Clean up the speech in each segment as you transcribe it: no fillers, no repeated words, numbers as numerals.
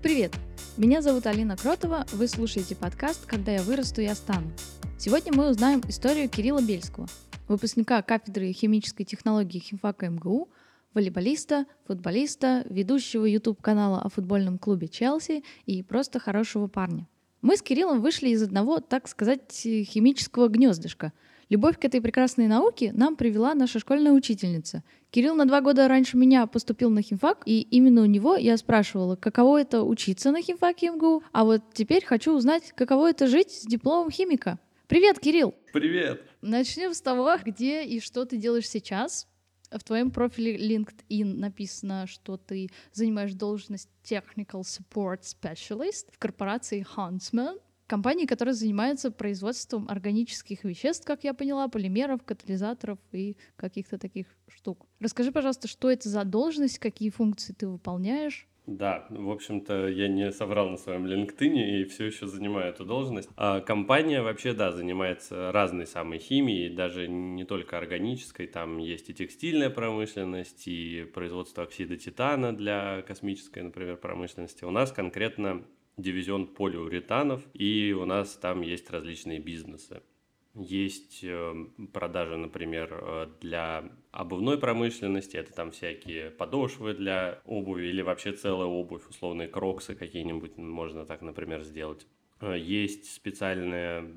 Привет! Меня зовут Алина Кротова, вы слушаете подкаст «Когда я вырасту, я стану». Сегодня мы узнаем историю Кирилла Бельского, выпускника кафедры химической технологии химфака МГУ, волейболиста, футболиста, ведущего YouTube-канала о футбольном клубе «Челси» и просто хорошего парня. Мы с Кириллом вышли из одного, так сказать, химического гнездышка. Любовь к этой прекрасной науке нам привела наша школьная учительница. Кирилл на 2 года раньше меня поступил на химфак, и именно у него я спрашивала, каково это учиться на химфаке МГУ, а вот теперь хочу узнать, каково это жить с дипломом химика. Привет, Кирилл! Привет! Начнем с того, где и что ты делаешь сейчас. В твоем профиле LinkedIn написано, что ты занимаешь должность Technical Support Specialist в корпорации Huntsman, компании, которая занимается производством органических веществ, как я поняла, полимеров, катализаторов и каких-то таких штук. Расскажи, пожалуйста, что это за должность, какие функции ты выполняешь? Да, в общем-то, я не соврал на своем LinkedIn и все еще занимаю эту должность. А компания вообще, да, занимается разной самой химией, даже не только органической. Там есть и текстильная промышленность, и производство оксида титана для космической, например, промышленности. У нас конкретно дивизион полиуретанов, и у нас там есть различные бизнесы. Есть продажи, например, для обувной промышленности, это там всякие подошвы для обуви или вообще целая обувь, условные кроксы какие-нибудь можно так, например, сделать. Есть специальные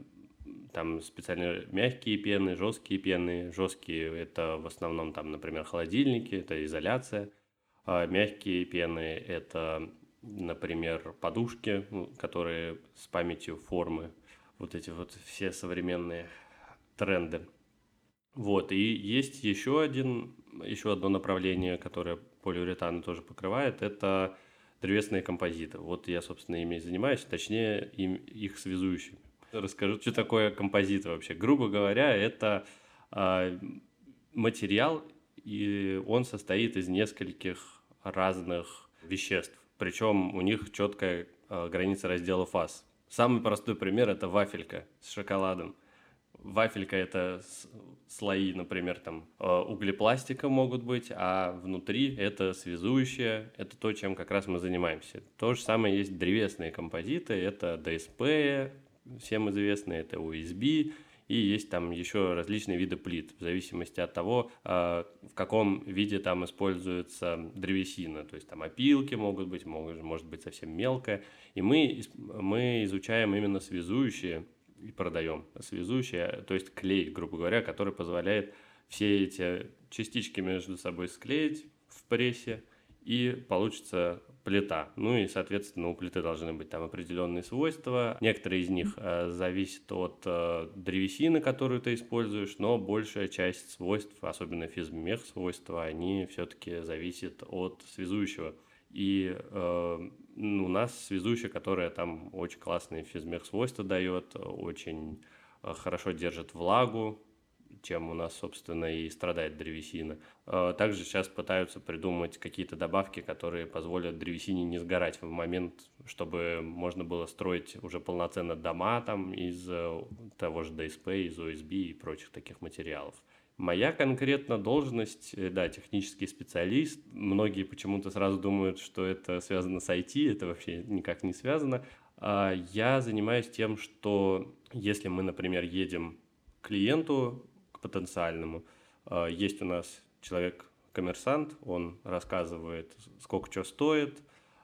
мягкие пены, жесткие пены. Жесткие – это в основном там, например, холодильники, это изоляция. А мягкие пены – это, например, подушки, которые с памятью формы. Вот эти вот все современные тренды. Вот, и есть еще одно направление, которое полиуретаны тоже покрывает, это древесные композиты. Вот я, собственно, ими и занимаюсь, точнее, их связующими. Расскажу, что такое композиты вообще. Грубо говоря, это материал, и он состоит из нескольких разных веществ. Причем у них четкая граница раздела фаз. Самый простой пример – это вафелька с шоколадом. Вафелька – это слои, например, там углепластика могут быть, а внутри это связующее, это то, чем как раз мы занимаемся. То же самое есть древесные композиты, это ДСП, всем известные, это USB, и есть там еще различные виды плит, в зависимости от того, в каком виде там используется древесина. То есть там опилки могут быть, может быть совсем мелкая. И мы изучаем именно связующие и продаем. Связующие, то есть клей, грубо говоря, который позволяет все эти частички между собой склеить в прессе, и получится плита. Ну и, соответственно, у плиты должны быть там определенные свойства. Некоторые из них зависят от древесины, которую ты используешь, но большая часть свойств, особенно физмех свойства, они все-таки зависят от связующего. И у нас связующее, которое там очень классные физмех свойства дает, очень хорошо держит влагу, чем у нас, собственно, и страдает древесина. Также сейчас пытаются придумать какие-то добавки, которые позволят древесине не сгорать в момент, чтобы можно было строить уже полноценно дома там из того же ДСП, из ОСБ и прочих таких материалов. Моя конкретно должность, да, технический специалист. Многие почему-то сразу думают, что это связано с IT, это вообще никак не связано. Я занимаюсь тем, что если мы, например, едем к клиенту, к потенциальному, есть у нас человек-коммерсант, он рассказывает, сколько что стоит,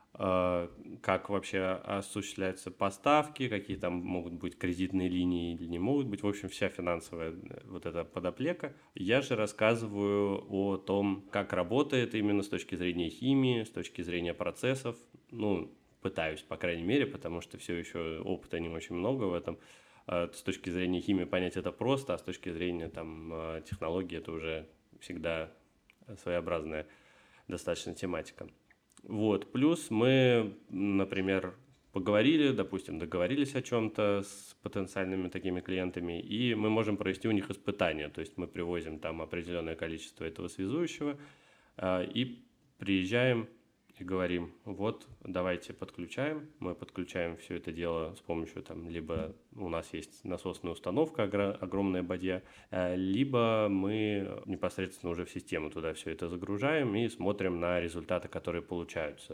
как вообще осуществляются поставки, какие там могут быть кредитные линии или не могут быть. В общем, вся финансовая вот эта подоплека. Я же рассказываю о том, как работает именно с точки зрения химии, с точки зрения процессов. Пытаюсь, по крайней мере, потому что все еще опыта не очень много в этом. С точки зрения химии понять это просто, а с точки зрения технологии это уже всегда своеобразная достаточно тематика. Вот. Плюс мы, например, договорились о чем-то с потенциальными такими клиентами, и мы можем провести у них испытания. То есть мы привозим там определенное количество этого связующего и приезжаем и говорим, вот, давайте подключаем. Мы подключаем все это дело с помощью либо у нас есть насосная установка, огромная бадья, либо мы непосредственно уже в систему туда все это загружаем и смотрим на результаты, которые получаются.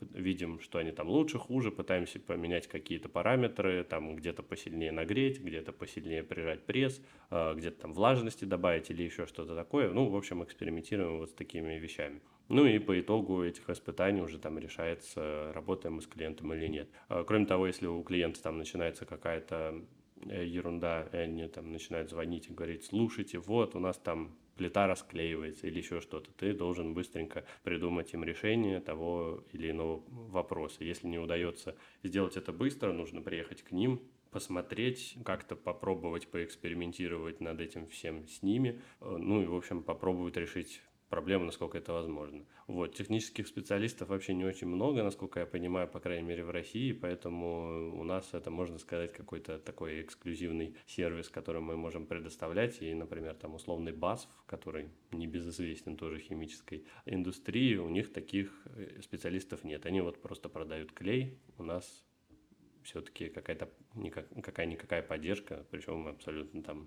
видим, что они там лучше, хуже, пытаемся поменять какие-то параметры, там где-то посильнее нагреть, где-то посильнее прижать пресс, где-то там влажности добавить или еще что-то такое. Ну, в общем, экспериментируем вот с такими вещами. Ну и по итогу этих испытаний уже там решается, работаем мы с клиентом или нет. Кроме того, если у клиента там начинается какая-то ерунда, и они там начинают звонить и говорить: слушайте, вот у нас там плита расклеивается или еще что-то, ты должен быстренько придумать им решение того или иного вопроса. Если не удается сделать это быстро, нужно приехать к ним, посмотреть, как-то попробовать поэкспериментировать над этим всем с ними, ну и, в общем, попробовать решить проблему, насколько это возможно. Вот. Технических специалистов вообще не очень много, насколько я понимаю, по крайней мере в России, поэтому у нас это, можно сказать, какой-то такой эксклюзивный сервис, который мы можем предоставлять. И, например, там условный BASF, который небезызвестен тоже химической индустрии, у них таких специалистов нет. Они вот просто продают клей. У нас все-таки какая-никакая поддержка, причем мы абсолютно там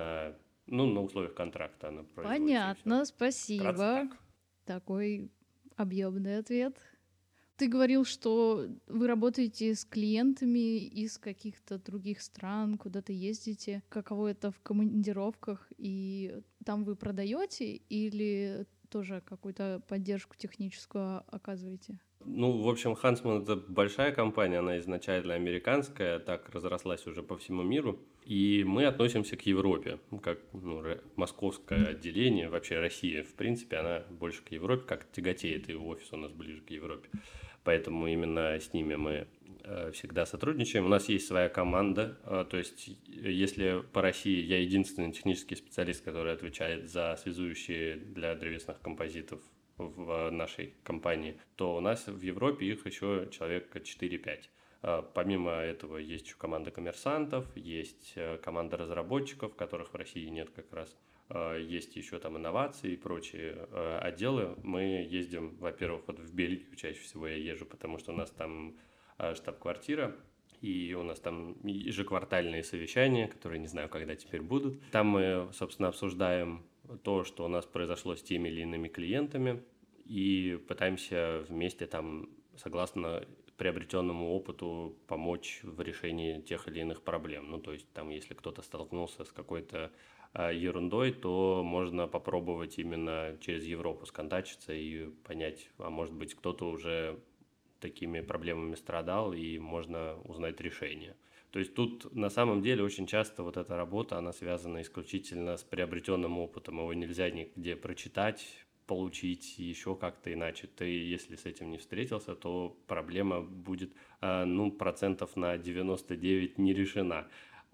на условиях контракта она производится. Понятно, спасибо. Такой объемный ответ. Ты говорил, что вы работаете с клиентами из каких-то других стран, куда-то ездите. Каково это в командировках? И там вы продаете или тоже какую-то поддержку техническую оказываете? Ну, в общем, Huntsman — это большая компания, она изначально американская, так разрослась уже по всему миру. И мы относимся к Европе, как московское отделение, вообще Россия, в принципе, она больше к Европе, как тяготеет, и офис у нас ближе к Европе. Поэтому именно с ними мы всегда сотрудничаем. У нас есть своя команда, то есть если по России я единственный технический специалист, который отвечает за связующие для древесных композитов в нашей компании, то у нас в Европе их еще человек 4-5. Помимо этого есть еще команда коммерсантов, есть команда разработчиков, которых в России нет как раз. Есть еще там инновации и прочие отделы. Мы ездим, во-первых, вот в Бельгию чаще всего я езжу, потому что у нас там штаб-квартира, и у нас там ежеквартальные совещания, которые не знаю, когда теперь будут. Там мы, собственно, обсуждаем то, что у нас произошло с теми или иными клиентами, и пытаемся вместе там, согласно приобретенному опыту, помочь в решении тех или иных проблем. Ну, то есть там, если кто-то столкнулся с какой-то ерундой, то можно попробовать именно через Европу сконтачиться и понять, а может быть, кто-то уже такими проблемами страдал, и можно узнать решение. То есть тут на самом деле очень часто вот эта работа, она связана исключительно с приобретенным опытом. Его нельзя нигде прочитать, получить еще как-то иначе. Ты, если с этим не встретился, то проблема будет, процентов на 99 не решена.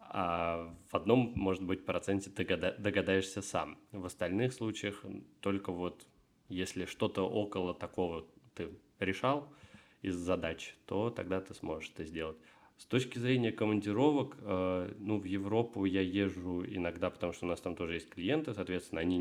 А в одном, может быть, проценте ты догадаешься сам. В остальных случаях только вот если что-то около такого ты решал из задач, то тогда ты сможешь это сделать. С точки зрения командировок, в Европу я езжу иногда, потому что у нас там тоже есть клиенты, соответственно, они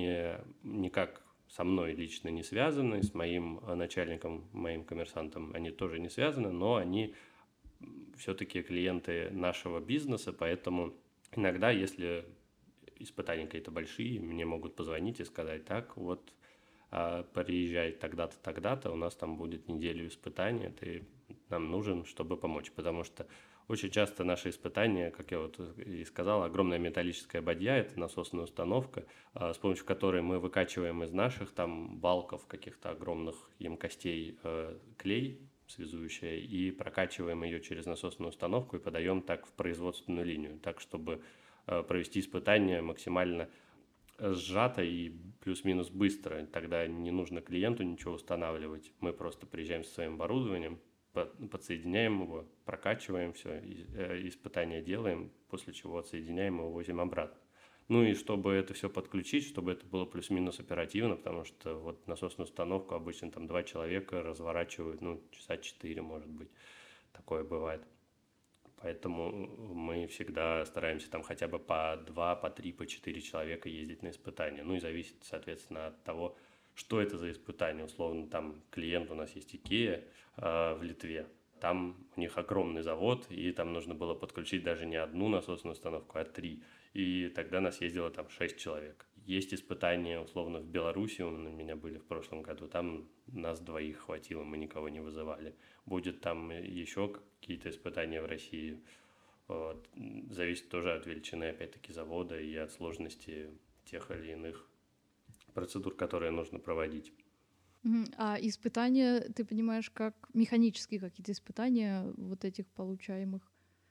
никак со мной лично не связаны, с моим начальником, моим коммерсантом они тоже не связаны, но они все-таки клиенты нашего бизнеса, поэтому иногда, если испытания какие-то большие, мне могут позвонить и сказать: так, вот, приезжай тогда-то, тогда-то, у нас там будет неделю испытания, ты нам нужен, чтобы помочь, потому что очень часто наши испытания, как я вот и сказал, огромная металлическая бадья, это насосная установка, с помощью которой мы выкачиваем из наших там балков, каких-то огромных емкостей клей, связующая, и прокачиваем ее через насосную установку и подаем так в производственную линию, так, чтобы провести испытания максимально сжато и плюс-минус быстро. Тогда не нужно клиенту ничего устанавливать. Мы просто приезжаем со своим оборудованием, подсоединяем его, прокачиваем все, испытания делаем, после чего отсоединяем и увозим обратно. Ну и чтобы это все подключить, чтобы это было плюс-минус оперативно, потому что вот насосную установку обычно там 2 человека разворачивают, часа 4, может быть, такое бывает. Поэтому мы всегда стараемся там хотя бы по 2, по 3, по 4 человека ездить на испытания. Ну и зависит, соответственно, от того, что это за испытание. Условно, там клиент у нас есть IKEA в Литве. Там у них огромный завод, и там нужно было подключить даже не одну насосную установку, а 3. И тогда нас ездило там 6 человек. Есть испытания, условно, в Беларуси, у меня были в прошлом году, там нас двоих хватило, мы никого не вызывали. Будет там еще какие-то испытания в России. Вот. Зависит тоже от величины, опять-таки, завода и от сложности тех или иных процедур, которые нужно проводить. А испытания, ты понимаешь, как механические какие-то испытания вот этих получаемых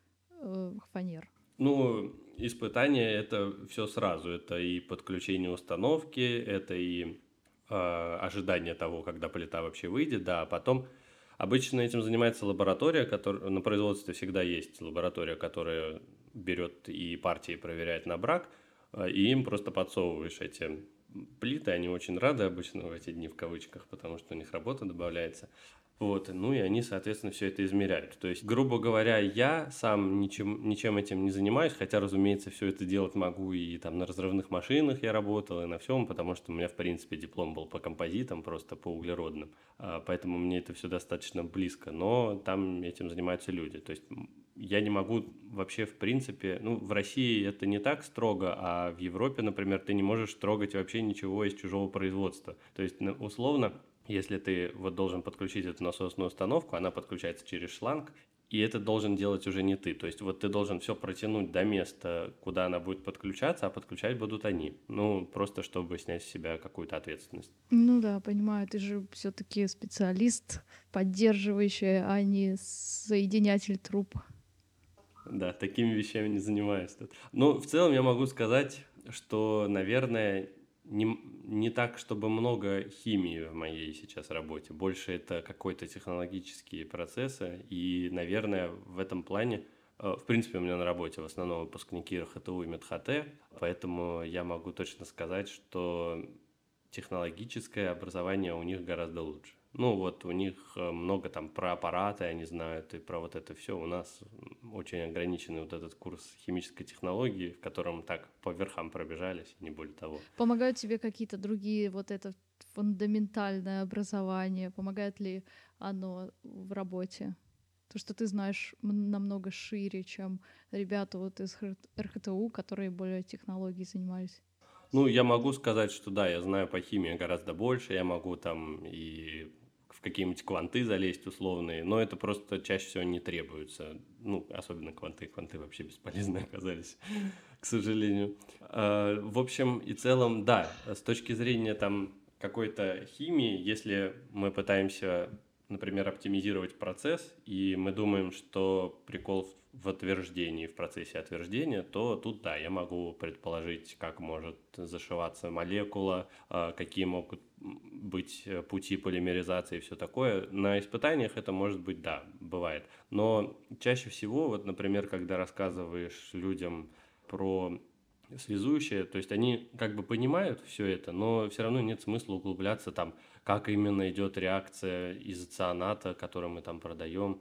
фанер? Ну, испытания это все сразу. Это и подключение установки, это и ожидание того, когда плита вообще выйдет, да, а потом обычно этим занимается лаборатория, которая на производстве всегда есть лаборатория, которая берет и партии проверяет на брак, и им просто подсовываешь эти плиты, они очень рады обычно в эти дни в кавычках, потому что у них работа добавляется. Вот, ну и они, соответственно, все это измеряют. То есть, грубо говоря, я сам ничем этим не занимаюсь, хотя, разумеется, все это делать могу и там на разрывных машинах я работал, и на всем, потому что у меня, в принципе, диплом был по композитам, просто по углеродным. Поэтому мне это все достаточно близко, но там этим занимаются люди. То есть я не могу вообще, в принципе, ну, в России это не так строго, а в Европе, например, ты не можешь трогать вообще ничего из чужого производства. То есть, условно, если ты вот должен подключить эту насосную установку, она подключается через шланг, и это должен делать уже не ты. То есть вот ты должен все протянуть до места, куда она будет подключаться, а подключать будут они. Ну, просто чтобы снять с себя какую-то ответственность. Ну да, понимаю, ты же все-таки специалист, поддерживающий, а не соединятель труб. Да, такими вещами не занимаюсь тут. Но в целом я могу сказать, что, наверное, не так, чтобы много химии в моей сейчас работе. Больше это какой-то технологические процессы. И, наверное, в этом плане, в принципе, у меня на работе в основном выпускники РХТУ и МедХТ, поэтому я могу точно сказать, что технологическое образование у них гораздо лучше. Ну вот у них много там про аппараты они знают и про вот это все. У нас очень ограниченный вот этот курс химической технологии, в котором так по верхам пробежались, не более того. Помогают тебе какие-то другие, вот это фундаментальное образование, помогает ли оно в работе? То, что ты знаешь намного шире, чем ребята вот из РХТУ, которые более технологией занимались. Ну, я могу сказать, что да, я знаю по химии гораздо больше, я могу там и в какие-нибудь кванты залезть условные, но это просто чаще всего не требуется. Ну, особенно кванты. Кванты вообще бесполезны оказались, к сожалению. В общем и целом, да, с точки зрения там какой-то химии, если мы пытаемся, например, оптимизировать процесс, и мы думаем, что прикол в отверждении, в процессе отверждения, то тут, да, я могу предположить, как может зашиваться молекула, какие могут быть пути полимеризации и все такое. На испытаниях это может быть, да, бывает. Но чаще всего, вот, например, когда рассказываешь людям про связующее, то есть они как бы понимают все это, но все равно нет смысла углубляться там, как именно идет реакция изоцианата, который мы там продаем,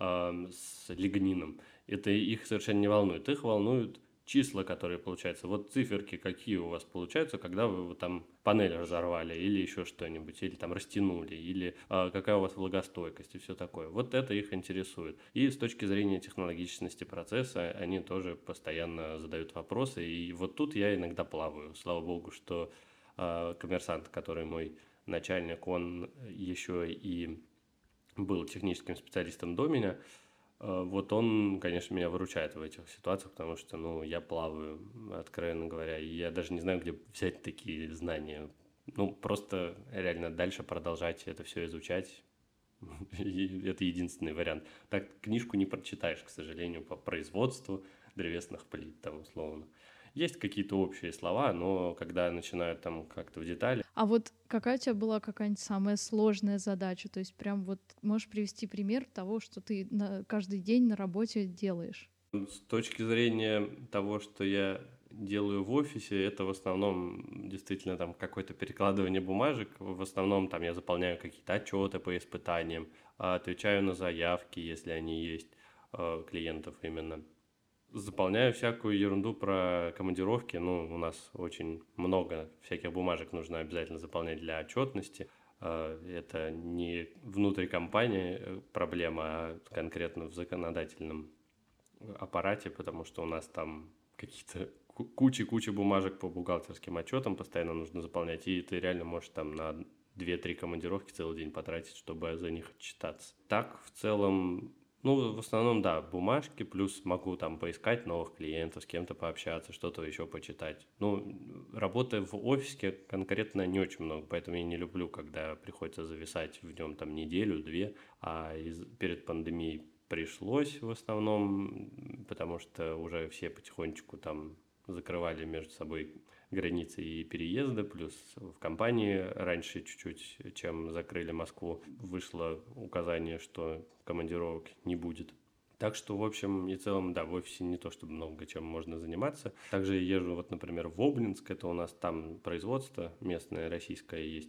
с лигнином. Это их совершенно не волнует. Их волнуют числа, которые получаются. Вот циферки какие у вас получаются, когда вы там панель разорвали или еще что-нибудь, или там растянули, или какая у вас влагостойкость и все такое. Вот это их интересует. И с точки зрения технологичности процесса они тоже постоянно задают вопросы. И вот тут я иногда плаваю. Слава богу, что коммерсант, который мой начальник, он еще и был техническим специалистом до меня. Вот он, конечно, меня выручает в этих ситуациях, потому что, ну, я плаваю, откровенно говоря, и я даже не знаю, где взять такие знания. Ну, просто реально дальше продолжать это все изучать. И это единственный вариант. Так книжку не прочитаешь, к сожалению, по производству древесных плит, там, условно. Есть какие-то общие слова, но когда начинают там как-то в детали. А вот какая у тебя была какая-нибудь самая сложная задача? То есть прям вот можешь привести пример того, что ты каждый день на работе делаешь? С точки зрения того, что я делаю в офисе, это в основном действительно там какое-то перекладывание бумажек. В основном там я заполняю какие-то отчеты по испытаниям, отвечаю на заявки, если они есть, клиентов именно. Заполняю всякую ерунду про командировки. Ну, у нас очень много всяких бумажек нужно обязательно заполнять для отчетности. Это не внутри компании проблема, а конкретно в законодательном аппарате, потому что у нас там какие-то куча бумажек по бухгалтерским отчетам постоянно нужно заполнять, и ты реально можешь там на 2-3 командировки целый день потратить, чтобы за них отчитаться. Так, в целом, ну, в основном, да, бумажки, плюс могу там поискать новых клиентов, с кем-то пообщаться, что-то еще почитать. Ну, работы в офисе конкретно не очень много, поэтому я не люблю, когда приходится зависать в нем там неделю-две, перед пандемией пришлось в основном, потому что уже все потихонечку там закрывали между собой границы и переезды, плюс в компании раньше чуть-чуть, чем закрыли Москву, вышло указание, что командировок не будет. Так что, в общем и целом, да, в офисе не то, чтобы много чем можно заниматься. Также я езжу, вот, например, в Обнинск, это у нас там производство местное, российское есть.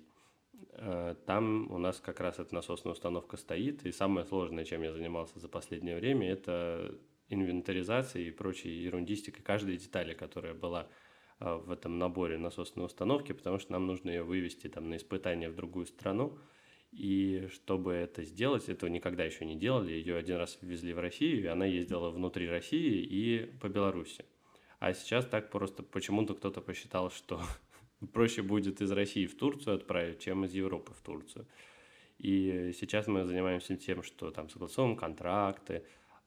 Там у нас как раз эта насосная установка стоит, и самое сложное, чем я занимался за последнее время, это инвентаризация и прочей ерундистика каждой детали, которая была в этом наборе насосной установки, потому что нам нужно ее вывести там на испытание в другую страну, и чтобы это сделать, этого никогда еще не делали, ее один раз ввезли в Россию, и она ездила внутри России и по Беларуси. А сейчас так просто почему-то кто-то посчитал, что проще будет из России в Турцию отправить, чем из Европы в Турцию. И сейчас мы занимаемся тем, что там согласовываем контракты,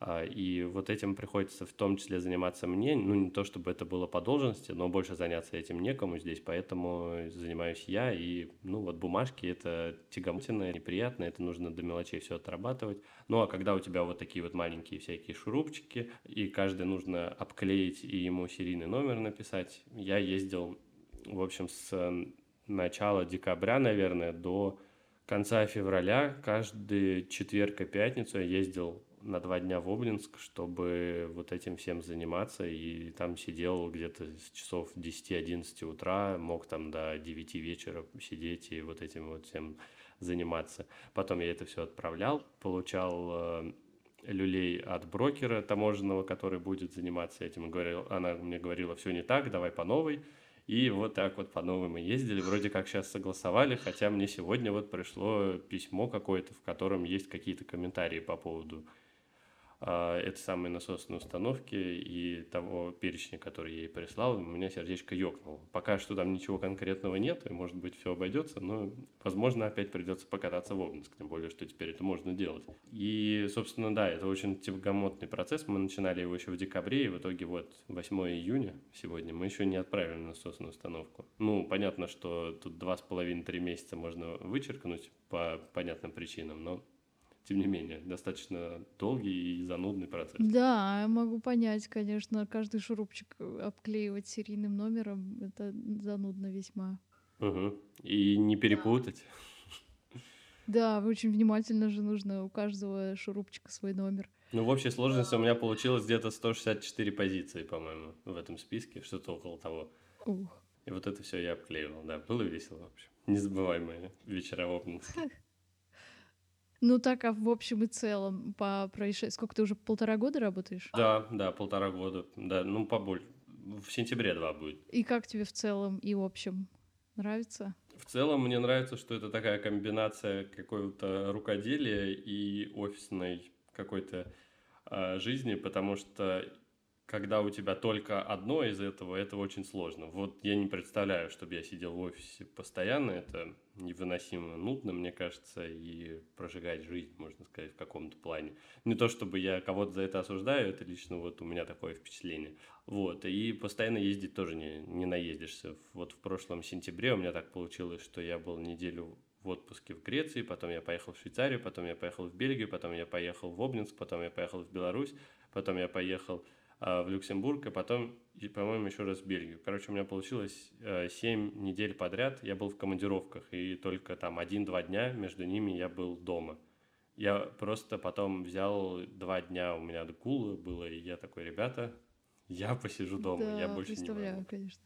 и вот этим приходится в том числе заниматься мне, ну не то чтобы это было по должности, но больше заняться этим некому здесь, поэтому занимаюсь я, и ну вот бумажки это тягомотина, неприятно, это нужно до мелочей все отрабатывать. Ну а когда у тебя вот такие вот маленькие всякие шурупчики, и каждый нужно обклеить и ему серийный номер написать, я ездил, в общем, с начала декабря, наверное, до конца февраля каждый четверг и пятницу я ездил на 2 дня в Обнинск, чтобы вот этим всем заниматься, и там сидел где-то с часов 10-11 утра, мог там до 9 вечера сидеть и вот этим вот всем заниматься. Потом я это все отправлял, получал люлей от брокера таможенного, который будет заниматься этим. Она мне говорила, все не так, давай по новой. И вот так вот по новой мы ездили, вроде как сейчас согласовали, хотя мне сегодня вот пришло письмо какое-то, в котором есть какие-то комментарии по поводу этой самой насосной установки и того перечня, который я ей прислал, у меня сердечко ёкнуло. Пока что там ничего конкретного нет, и может быть все обойдется, но, возможно, опять придется покататься в Обнинск, тем более, что теперь это можно делать. И, собственно, да, это очень тягомотный процесс, мы начинали его еще в декабре, и в итоге вот 8 июня сегодня мы еще не отправили насосную установку. Ну, понятно, что тут 2,5-3 месяца можно вычеркнуть по понятным причинам, но тем не менее, достаточно долгий и занудный процесс. Да, я могу понять, конечно, каждый шурупчик обклеивать серийным номером — это занудно весьма. Угу. И не перепутать. Да, очень внимательно же нужно, у каждого шурупчика свой номер. Ну, в общей сложности у меня получилось где-то 164 позиции, по-моему, в этом списке, что-то около того. Ух. И вот это все я обклеивал, да, было весело, в общем. Незабываемые вечера в Обнинске. Ну так, а в общем и целом по происшествию... Сколько ты уже 1,5 года работаешь? Да, 1,5 года, да, ну, побольше. В сентябре 2 будет. И как тебе в целом и в общем? Нравится? В целом мне нравится, что это такая комбинация какого-то рукоделия и офисной какой-то жизни, потому что когда у тебя только одно из этого, это очень сложно. Вот я не представляю, чтобы я сидел в офисе постоянно, это невыносимо нудно, мне кажется, и прожигать жизнь, можно сказать, в каком-то плане. Не то чтобы я кого-то за это осуждаю, это лично вот у меня такое впечатление. Вот, и постоянно ездить тоже не наездишься. Вот в прошлом сентябре у меня так получилось, что я был неделю в отпуске в Греции, потом я поехал в Швейцарию, потом я поехал в Бельгию, потом я поехал в Обнинск, потом я поехал в Беларусь, потом я поехал в Люксембург, а потом, по-моему, еще раз в Бельгию. Короче, у меня получилось 7 недель подряд, я был в командировках, и только там 1-2 дня между ними я был дома. Я просто потом взял 2 дня, у меня гулы было, и я такой, ребята, я посижу дома, я Да, больше не могу. представляю, конечно.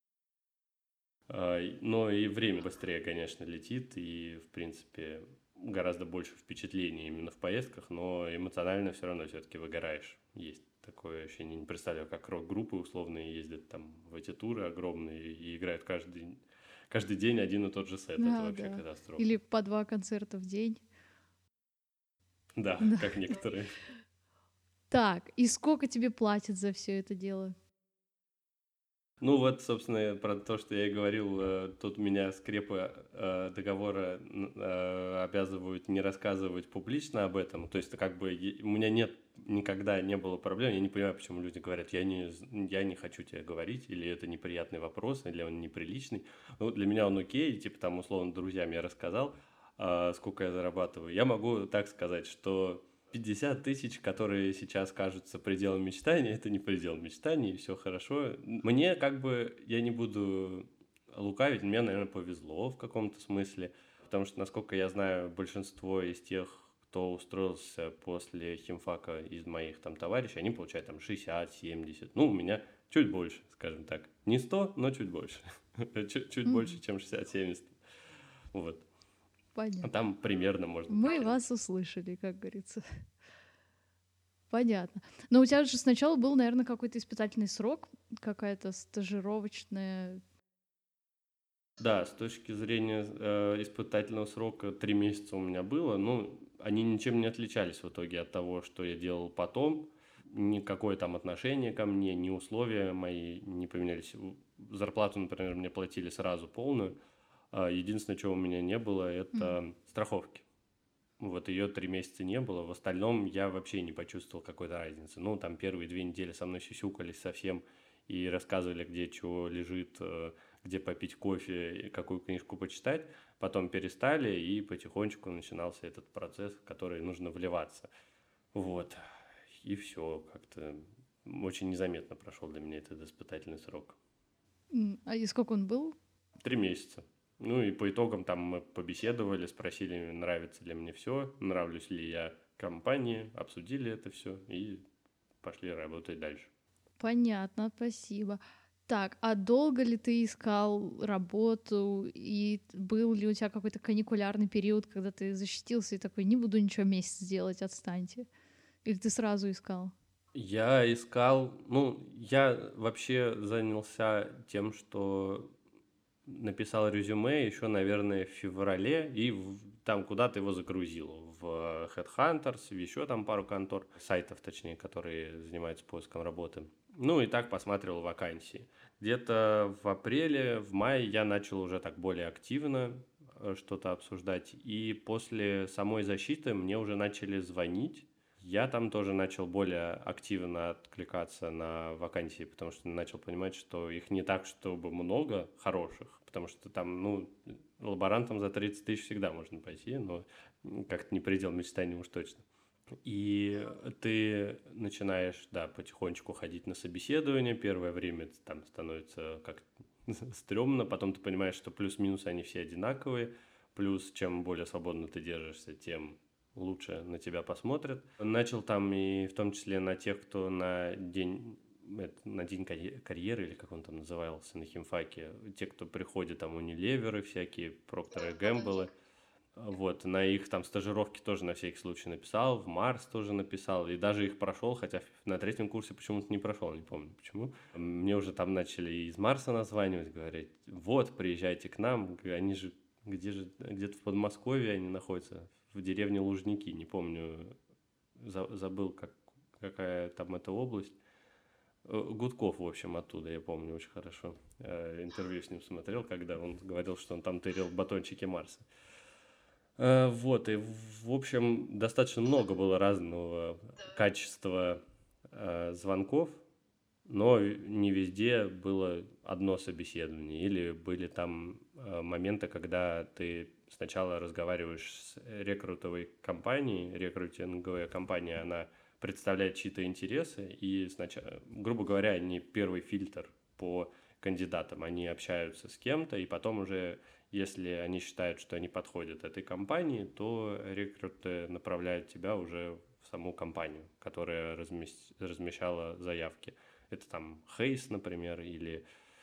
Но и время быстрее, конечно, летит, и, в принципе, гораздо больше впечатлений именно в поездках, но эмоционально все равно все-таки выгораешь. Есть такое ощущение. Не представляю, как рок-группы условные ездят там в эти туры огромные и играют каждый день один и тот же сет. Это вообще катастрофа. Или по 2 концерта в день. Да, как некоторые. Так, и сколько тебе платят за все это дело? Ну вот, собственно, про то, что я и говорил, тут меня скрепы договора обязывают не рассказывать публично об этом. То есть, как бы у меня никогда не было проблем. Я не понимаю, почему люди говорят, я не хочу тебе говорить, или это неприятный вопрос, или он неприличный. Ну, для меня он окей, типа там, условно, друзьям я рассказал, сколько я зарабатываю. Я могу так сказать, что 50 тысяч, которые сейчас кажутся пределом мечтаний, это не предел мечтаний, все хорошо. Мне как бы, я не буду лукавить, мне, наверное, повезло в каком-то смысле, потому что, насколько я знаю, большинство из тех, кто устроился после химфака из моих там товарищей, они получают там 60-70, ну, у меня чуть больше, скажем так. Не 100, но чуть больше. Чуть больше, чем 60-70. Вот. Понятно. Там примерно можно Мы прикинуть. вас услышали, как говорится. Понятно. Но у тебя же сначала был, наверное, какой-то испытательный срок, какая-то стажировочная. Да, с точки зрения испытательного срока 3 месяца у меня было. Ну, они ничем не отличались в итоге от того, что я делал потом. Никакое там отношение ко мне, ни условия мои не поменялись. Зарплату, например, мне платили сразу полную. Единственное, чего у меня не было, это страховки. Вот ее 3 месяца не было. В остальном я вообще не почувствовал какой-то разницы. Ну, там первые 2 недели со мной сюсюкались совсем и рассказывали, где чего лежит, где попить кофе, и какую книжку почитать. Потом перестали, и потихонечку начинался этот процесс, в который нужно вливаться. Вот. И все. Как-то очень незаметно прошел для меня этот испытательный срок. А и сколько он был? 3 месяца. Ну и по итогам там мы побеседовали, спросили, нравится ли мне все, нравлюсь ли я компании, обсудили это все и пошли работать дальше. Понятно, спасибо. Так, а долго ли ты искал работу, и был ли у тебя какой-то каникулярный период, когда ты защитился и такой, не буду ничего месяц делать, отстаньте? Или ты сразу искал? Я искал, ну, я вообще занялся тем, что написал резюме еще, наверное, в феврале, и там куда-то его загрузил. В Headhunters, в еще там пару контор, сайтов, точнее, которые занимаются поиском работы. Ну и так посмотрел вакансии. Где-то в апреле, в мае я начал уже так более активно что-то обсуждать. И после самой защиты мне уже начали звонить. Я там тоже начал более активно откликаться на вакансии, потому что начал понимать, что их не так, чтобы много хороших, потому что там, ну, лаборантом за 30 тысяч всегда можно пойти, но как-то не предел мечтаний уж точно. И ты начинаешь, да, потихонечку ходить на собеседование. Первое время это там становится как стрёмно, потом ты понимаешь, что плюс-минус они все одинаковые, плюс чем более свободно ты держишься, тем лучше на тебя посмотрят. Начал там и в том числе на тех, кто на день карьеры, или как он там назывался, на химфаке, те, кто приходит, там Unilever всякие, Procter и Gamble, вот, на их там стажировки тоже на всякий случай написал, в Марс тоже написал, и даже их прошел, хотя на третьем курсе почему-то не прошел, не помню почему. Мне уже там начали из Марса названивать, говорить, вот, приезжайте к нам, они же, где-то в Подмосковье они находятся, в деревне Лужники, не помню, забыл, какая там эта область. Гудков, в общем, оттуда, я помню очень хорошо. Интервью с ним смотрел, когда он говорил, что он там тырил батончики Марса. Вот, и, в общем, достаточно много было разного качества звонков, но не везде было одно собеседование. Или были там моменты, когда ты сначала разговариваешь с рекрутовой компанией, рекрутинговая компания, она представляет чьи-то интересы, и сначала, грубо говоря, они первый фильтр по кандидатам, они общаются с кем-то, и потом уже, если они считают, что они подходят этой компании, то рекруты направляют тебя уже в саму компанию, которая размещала заявки. Это там Хейс, например, или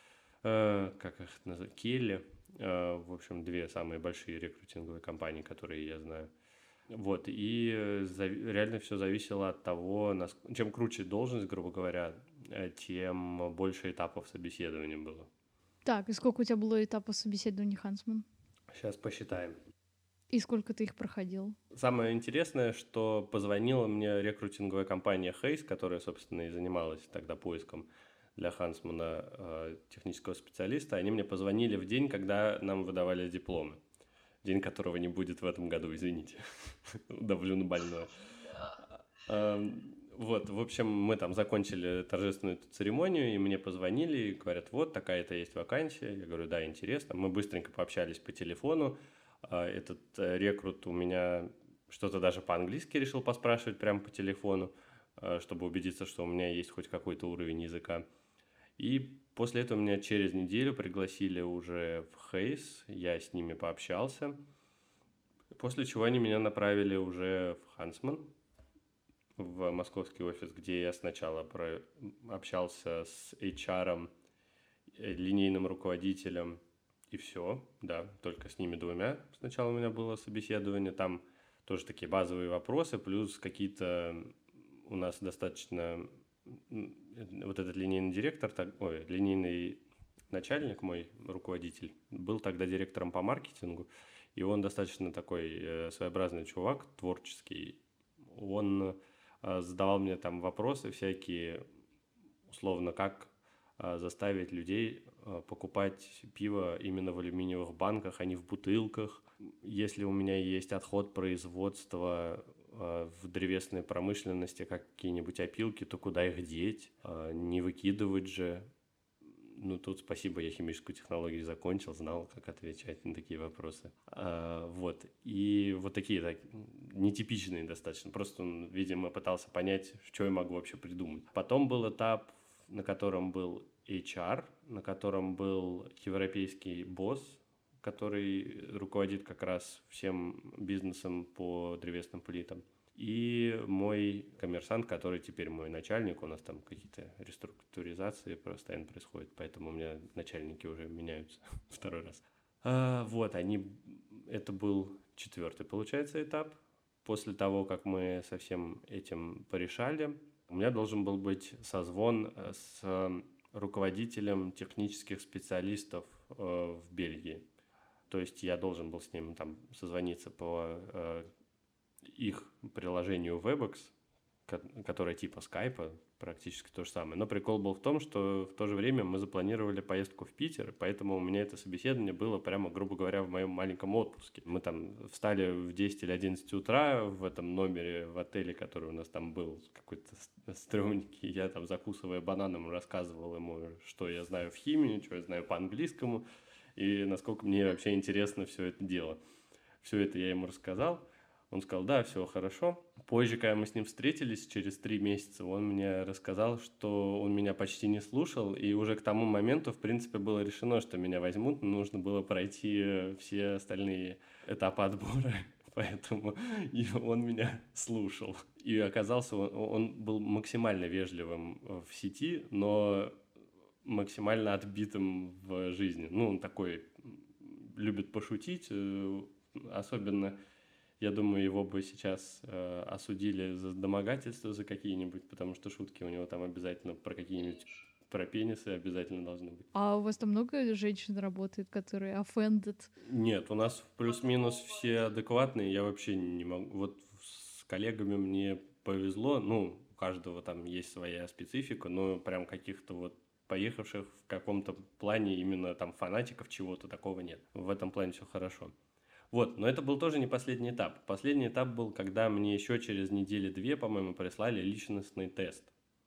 как их называют, Келли. В общем, 2 самые большие рекрутинговые компании, которые я знаю. Вот, и реально все зависело от того, чем круче должность, грубо говоря, тем больше этапов собеседования было. Так, и сколько у тебя было этапов собеседования, Хансман? Сейчас посчитаем. И сколько ты их проходил? Самое интересное, что позвонила мне рекрутинговая компания Хейс, которая, собственно, и занималась тогда поиском. для Хансмана технического специалиста. Они мне позвонили в день, когда нам выдавали дипломы. День, которого не будет в этом году, извините. Давлю на больное. Вот, в общем, мы там закончили торжественную эту церемонию, и мне позвонили и говорят, вот такая-то есть вакансия. Я говорю, да, интересно. Мы быстренько пообщались по телефону. Этот рекрут у меня что-то даже по-английски решил поспрашивать прямо по телефону, чтобы убедиться, что у меня есть хоть какой-то уровень языка. И после этого меня через неделю пригласили уже в Хейс, я с ними пообщался, после чего они меня направили уже в Хансман, в московский офис, где я сначала общался с HR, линейным руководителем, и все, да, только с ними двумя. Сначала у меня было собеседование, там тоже такие базовые вопросы, плюс какие-то у нас достаточно... Вот этот линейный директор, линейный начальник, мой руководитель, был тогда директором по маркетингу, и он достаточно такой своеобразный чувак, творческий. Он задавал мне там вопросы всякие, условно, как заставить людей покупать пиво именно в алюминиевых банках, а не в бутылках. Если у меня есть отход производства в древесной промышленности, какие-нибудь опилки, то куда их деть? Не выкидывать же. Ну, тут спасибо, я химическую технологию закончил, знал, как отвечать на такие вопросы. Вот. И вот такие нетипичные достаточно. Просто он, видимо, пытался понять, что я могу вообще придумать. Потом был этап, на котором был HR, на котором был европейский босс, который руководит как раз всем бизнесом по древесным плитам. И мой коммерсант, который теперь мой начальник, у нас там какие-то реструктуризации постоянно происходят, поэтому у меня начальники уже меняются второй раз. Вот, это был 4-й, получается, этап. После того, как мы со всем этим порешали, у меня должен был быть созвон с руководителем технических специалистов в Бельгии. То есть я должен был с ним там созвониться по их приложению Webex, которое типа скайпа, практически то же самое. Но прикол был в том, что в то же время мы запланировали поездку в Питер, поэтому у меня это собеседование было прямо, грубо говоря, в моем маленьком отпуске. Мы там встали в 10 или 11 утра в этом номере в отеле, который у нас там был, какой-то стрёмненький. Я там, закусывая бананом, рассказывал ему, что я знаю в химии, что я знаю по английскому, и насколько мне вообще интересно все это дело. Все это я ему рассказал. Он сказал, да, все хорошо. Позже, когда мы с ним встретились, через 3 месяца, он мне рассказал, что он меня почти не слушал, и уже к тому моменту, в принципе, было решено, что меня возьмут, но нужно было пройти все остальные этапы отбора, поэтому он меня слушал. И оказался, он был максимально вежливым в сети, но максимально отбитым в жизни. Ну, он такой любит пошутить, особенно... Я думаю, его бы сейчас осудили за домогательство за какие-нибудь, потому что шутки у него там обязательно про пенисы обязательно должны быть. А у вас там много женщин работает, которые offended? Нет, у нас плюс-минус все адекватные, я вообще не могу. Вот с коллегами мне повезло, ну, у каждого там есть своя специфика, но прям каких-то вот поехавших в каком-то плане именно там фанатиков чего-то такого нет. В этом плане все хорошо. Вот, но это был тоже не последний этап. Последний этап был, когда мне еще через недели-две, по-моему, прислали личностный тест.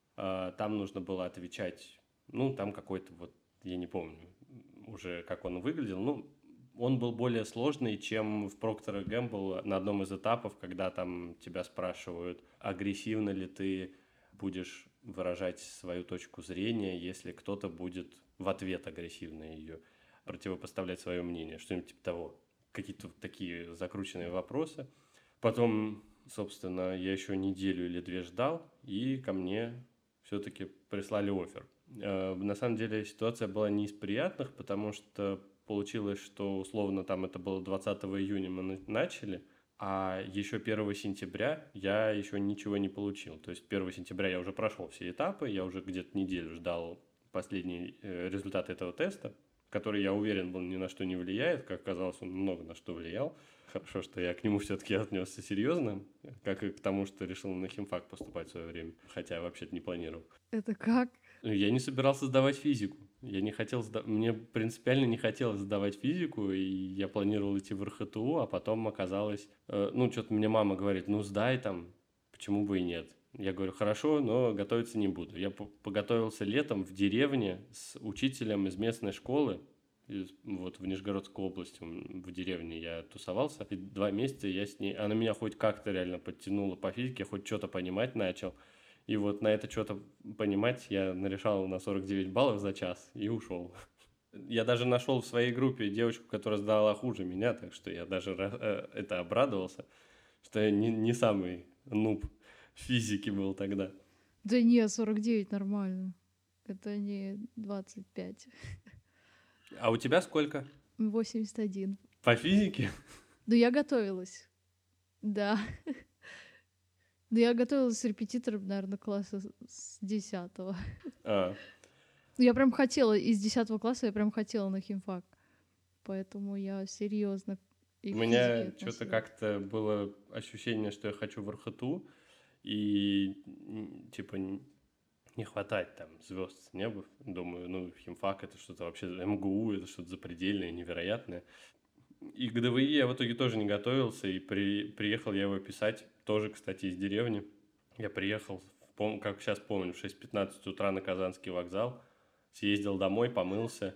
Там нужно было отвечать, ну, там какой-то вот, я не помню уже, как он выглядел, ну, он был более сложный, чем в Procter & Gamble на одном из этапов, когда там тебя спрашивают, агрессивно ли ты будешь выражать свою точку зрения, если кто-то будет в ответ агрессивно ее противопоставлять свое мнение, что-нибудь типа того. Какие-то такие закрученные вопросы. Потом, собственно, я еще неделю или 2 ждал, и ко мне все-таки прислали оффер. На самом деле ситуация была не из приятных, потому что получилось, что условно там это было 20 июня мы начали, а еще 1 сентября я еще ничего не получил. То есть 1 сентября я уже прошел все этапы, я уже где-то неделю ждал последний результат этого теста, который, я уверен, был ни на что не влияет. Как оказалось, он много на что влиял. Хорошо, что я к нему все-таки отнесся серьезно, как и к тому, что решил на химфак поступать в свое время, хотя вообще-то не планировал. Это как? Я не собирался сдавать физику. Я не хотел Мне принципиально не хотелось сдавать физику, и я планировал идти в РХТУ, а потом оказалось... ну, что-то мне мама говорит, ну, сдай там, почему бы и нет. Я говорю, хорошо, но готовиться не буду. Я поготовился летом в деревне с учителем из местной школы, вот в Нижегородской области, в деревне я тусовался. И 2 месяца я с ней... Она меня хоть как-то реально подтянула по физике, хоть что-то понимать начал. И вот на это что-то понимать я нарешал на 49 баллов за час и ушел. Я даже нашел в своей группе девочку, которая сдала хуже меня, так что я даже это обрадовался, что я не самый нуб в физике был тогда. Да не, 49 нормально. Это не 25. А у тебя сколько? 81. По физике? Да я готовилась. Да. Да я готовилась с репетитором, наверное, класса с 10-го. А, Я прям хотела, из 10 класса я прям хотела на химфак. Поэтому я серьезно и у к физике меня что-то относилась. как-то было ощущение, что я хочу в РХТУ, и типа не хватать там звезд с неба. Думаю, ну, химфак это что-то вообще, МГУ это что-то запредельное, невероятное. И к ДВИ я в итоге тоже не готовился, и приехал я его писать, тоже, кстати, из деревни. Я приехал, как сейчас помню, в 6:15 утра на Казанский вокзал, съездил домой, помылся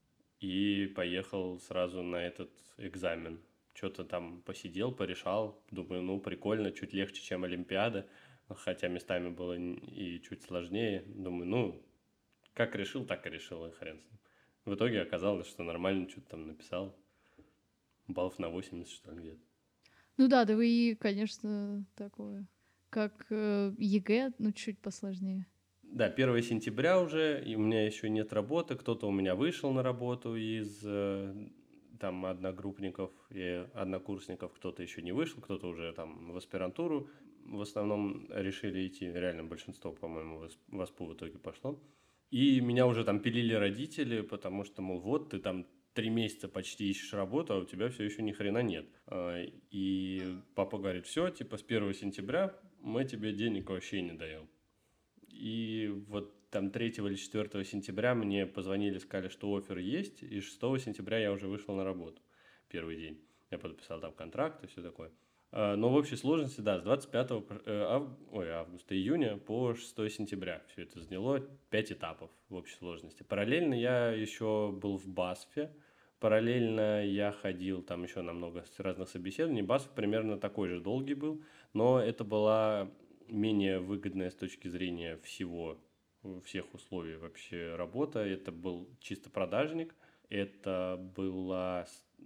и поехал сразу на этот экзамен. Что-то там посидел, порешал, думаю, ну, прикольно, чуть легче, чем Олимпиада, хотя местами было и чуть сложнее. Думаю, ну, как решил, так и решил, и хрен с ним. В итоге оказалось, что нормально что-то там написал. Баллов на 80, что ли, где-то. Ну да, ДВИ, конечно, такое. Как ЕГЭ, ну чуть посложнее. Да, 1 сентября уже, и у меня еще нет работы. Кто-то у меня вышел на работу из там одногруппников и однокурсников, кто-то еще не вышел, кто-то уже там в аспирантуру. В основном решили идти, реально большинство, по-моему, в АСПУ в итоге пошло. И меня уже там пилили родители, потому что, мол, вот ты там 3 месяца почти ищешь работу, а у тебя все еще ни хрена нет. И папа говорит, все, типа с 1 сентября мы тебе денег вообще не даем. И вот там 3 или 4 сентября мне позвонили, сказали, что оффер есть, и 6 сентября я уже вышел на работу первый день. Я подписал там контракт и все такое. Но в общей сложности, да, с 25 августа, июня по 6 сентября все это заняло 5 этапов в общей сложности. Параллельно я еще был в БАСФе, параллельно я ходил там еще на много разных собеседований. БАСФ примерно такой же долгий был, но это была менее выгодная с точки зрения всех условий вообще работа. Это был чисто продажник, это была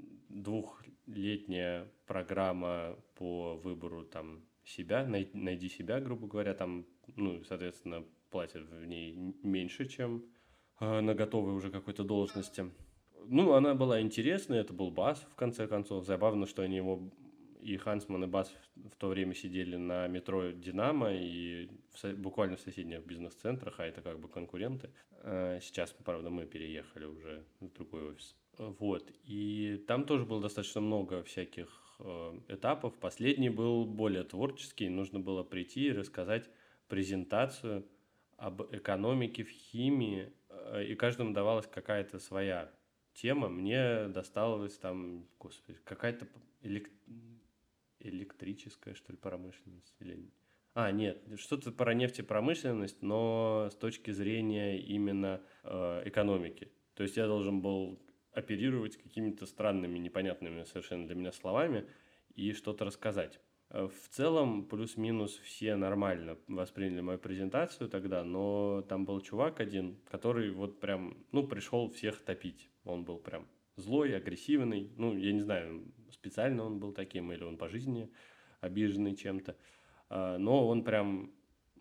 2-летняя программа по выбору там себя, найди себя, грубо говоря, там, ну, соответственно, платят в ней меньше, чем на готовой уже какой-то должности. Ну, она была интересная, это был БАС, в конце концов. Забавно, что они его и Хансман, и Бас в то время сидели на метро «Динамо» и буквально в соседних бизнес-центрах, а это как бы конкуренты. Сейчас, правда, мы переехали уже в другой офис. Вот. И там тоже было достаточно много всяких этапов. Последний был более творческий. Нужно было прийти и рассказать презентацию об экономике в химии, и каждому давалась какая-то своя тема. Мне досталась там, господи, какая-то электрическая, что ли, промышленность? Нет, что-то про нефтепромышленность, но с точки зрения именно экономики. То есть я должен был оперировать какими-то странными, непонятными совершенно для меня словами и что-то рассказать. В целом, плюс-минус все нормально восприняли мою презентацию тогда, но там был чувак один, который вот прям, ну, пришел всех топить. Он был прям злой, агрессивный. Ну, я не знаю, специально он был таким или он по жизни обиженный чем-то. Но он прям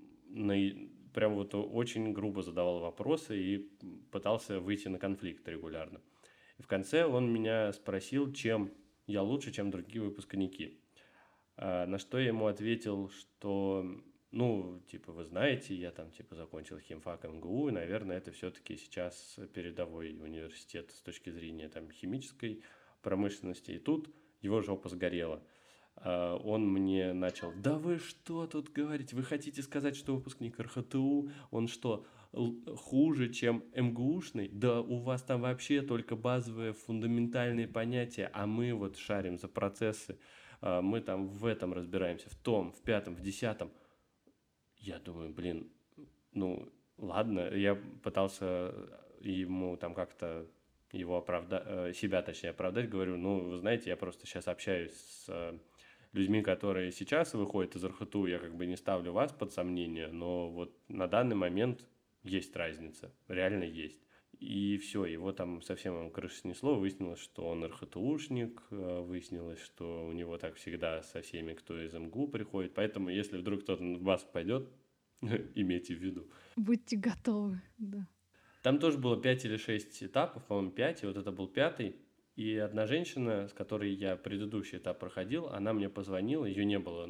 вот очень грубо задавал вопросы и пытался выйти на конфликт регулярно. И в конце он меня спросил, чем я лучше, чем другие выпускники. На что я ему ответил, что, ну, типа, вы знаете, я там, типа, закончил химфак МГУ, и, наверное, это все-таки сейчас передовой университет с точки зрения, там, химической промышленности. И тут его жопа сгорела. Он мне начал, да вы что тут говорите, вы хотите сказать, что выпускник РХТУ, он что, хуже, чем МГУшный? Да у вас там вообще только базовые фундаментальные понятия, а мы вот шарим за процессы, мы там в этом разбираемся, в том, в пятом, в десятом. Я думаю, блин, ну ладно, я пытался ему там как-то его оправдать, себя точнее оправдать, говорю, ну, вы знаете, я просто сейчас общаюсь с людьми, которые сейчас выходят из РХТУ, я как бы не ставлю вас под сомнение, но вот на данный момент есть разница, реально есть. И все, его там совсем крышу снесло, выяснилось, что он РХТУшник, выяснилось, что у него так всегда со всеми, кто из МГУ приходит, поэтому если вдруг кто-то в БАС пойдет, имейте в виду. Будьте готовы, да. Там тоже было 5 или 6 этапов, по-моему, 5, и вот это был 5-й. И одна женщина, с которой я предыдущий этап проходил, она мне позвонила, ее не было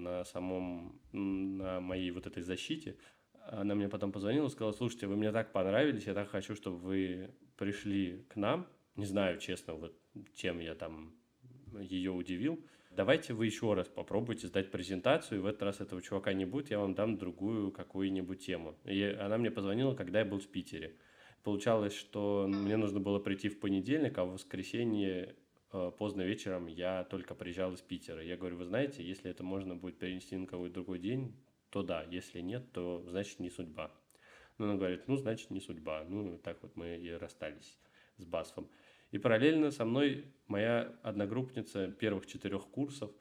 на моей вот этой защите. Она мне потом позвонила и сказала, слушайте, вы мне так понравились, я так хочу, чтобы вы пришли к нам. Не знаю, честно, вот чем я там ее удивил. Давайте вы еще раз попробуйте сдать презентацию, и в этот раз этого чувака не будет, я вам дам другую какую-нибудь тему. И она мне позвонила, когда я был в Питере. Получалось, что мне нужно было прийти в понедельник, а в воскресенье поздно вечером я только приезжал из Питера. Я говорю, вы знаете, если это можно будет перенести на какой-то другой день, то да, если нет, то значит не судьба. Ну, она говорит, ну, значит не судьба. Ну, так вот мы и расстались с Басфом. И параллельно со мной моя одногруппница первых 4 курсов,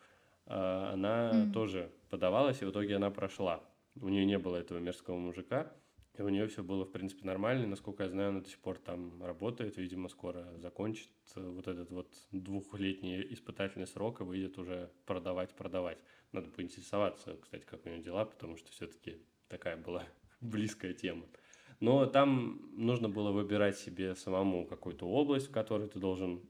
она тоже подавалась, и в итоге она прошла. У нее не было этого мерзкого мужика, и у нее все было, в принципе, нормально. Насколько я знаю, она до сих пор там работает, видимо, скоро закончит вот этот вот 2-летний испытательный срок и выйдет уже продавать. Надо поинтересоваться, кстати, как у нее дела, потому что все-таки такая была близкая тема. Но там нужно было выбирать себе самому какую-то область, в которой ты должен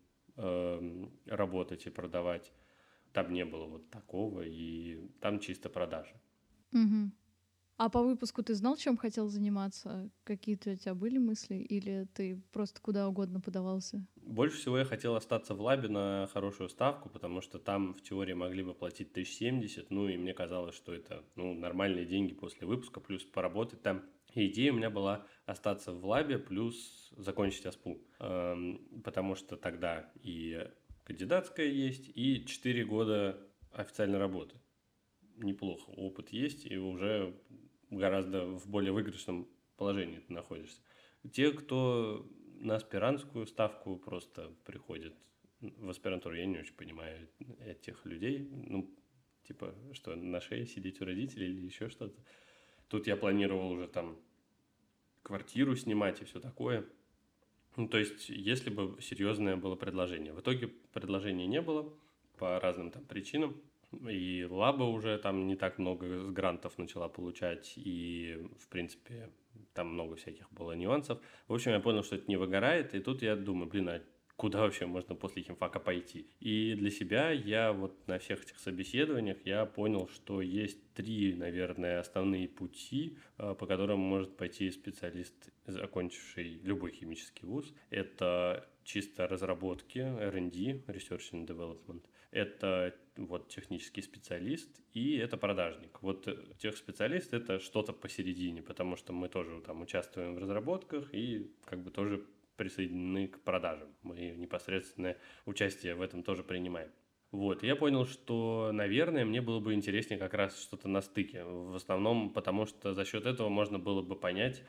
работать и продавать. Там не было вот такого, и там чисто продажи. Мгм. А по выпуску ты знал, чем хотел заниматься? Какие-то у тебя были мысли? Или ты просто куда угодно подавался? Больше всего я хотел остаться в лабе на хорошую ставку, потому что там в теории могли бы платить 1070, ну и мне казалось, что это нормальные деньги после выпуска, плюс поработать там. И идея у меня была остаться в лабе, плюс закончить АСПУ, потому что тогда и кандидатская есть, и 4 года официальной работы. Неплохо, опыт есть, и уже гораздо в более выигрышном положении ты находишься. Те, кто на аспирантскую ставку просто приходят в аспирантуру, я не очень понимаю этих людей. Ну, типа, что, на шее сидеть у родителей или еще что-то. Тут я планировал уже там квартиру снимать и все такое. Ну, то есть, если бы серьезное было предложение. В итоге предложения не было по разным там причинам. И лаба уже там не так много с грантов начала получать, и, в принципе, там много всяких было нюансов. В общем, я понял, что это не выгорает, и тут я думаю, блин, а куда вообще можно после химфака пойти? И для себя я вот на всех этих собеседованиях я понял, что есть 3, наверное, основные пути, по которым может пойти специалист, закончивший любой химический вуз. Это чисто разработки, R&D, Research and Development. Это вот технический специалист и это продажник. Вот техспециалист это что-то посередине, потому что мы тоже там участвуем в разработках и как бы тоже присоединены к продажам. Мы непосредственное участие в этом тоже принимаем. Вот, я понял, что, наверное, мне было бы интереснее как раз что-то на стыке. В основном потому, что за счет этого можно было бы понять,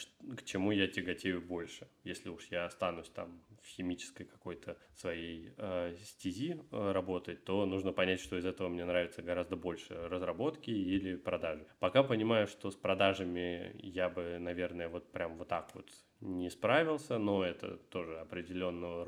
к чему я тяготею больше. Если уж я останусь там в химической какой-то своей стези работать, то нужно понять, что из этого мне нравится гораздо больше, разработки или продажи. Пока понимаю, что с продажами я бы, наверное, вот прям вот так вот не справился, но это тоже определенного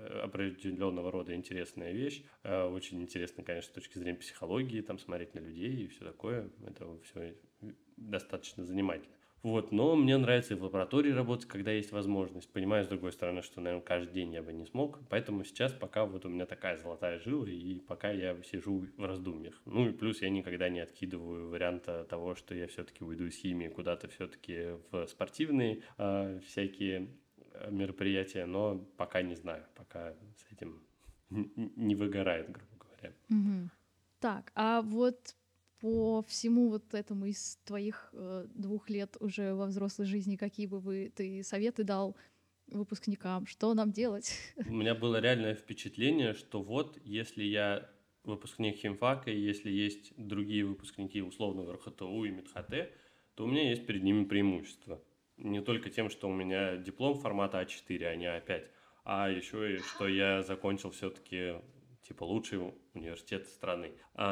рода интересная вещь. Очень интересно, конечно, с точки зрения психологии, там смотреть на людей и все такое. Это все достаточно занимательно. Вот, но мне нравится и в лаборатории работать, когда есть возможность. Понимаю, с другой стороны, что, наверное, каждый день я бы не смог. Поэтому сейчас пока вот у меня такая золотая жила, и пока я сижу в раздумьях. Ну и плюс я никогда не откидываю варианта того, что я все-таки уйду из химии куда-то все-таки в спортивные всякие мероприятия, но пока не знаю, пока с этим не выгорает, грубо говоря. Мгм. Так, а вот по всему вот этому из твоих 2 лет уже во взрослой жизни, какие бы ты советы дал выпускникам, что нам делать? У меня было реальное впечатление, что вот если я выпускник химфака, и если есть другие выпускники условного РХТУ и МИДХТ, то у меня есть перед ними преимущество. Не только тем, что у меня диплом формата А4, а не А5, а еще и что я закончил все-таки типа лучший университет страны.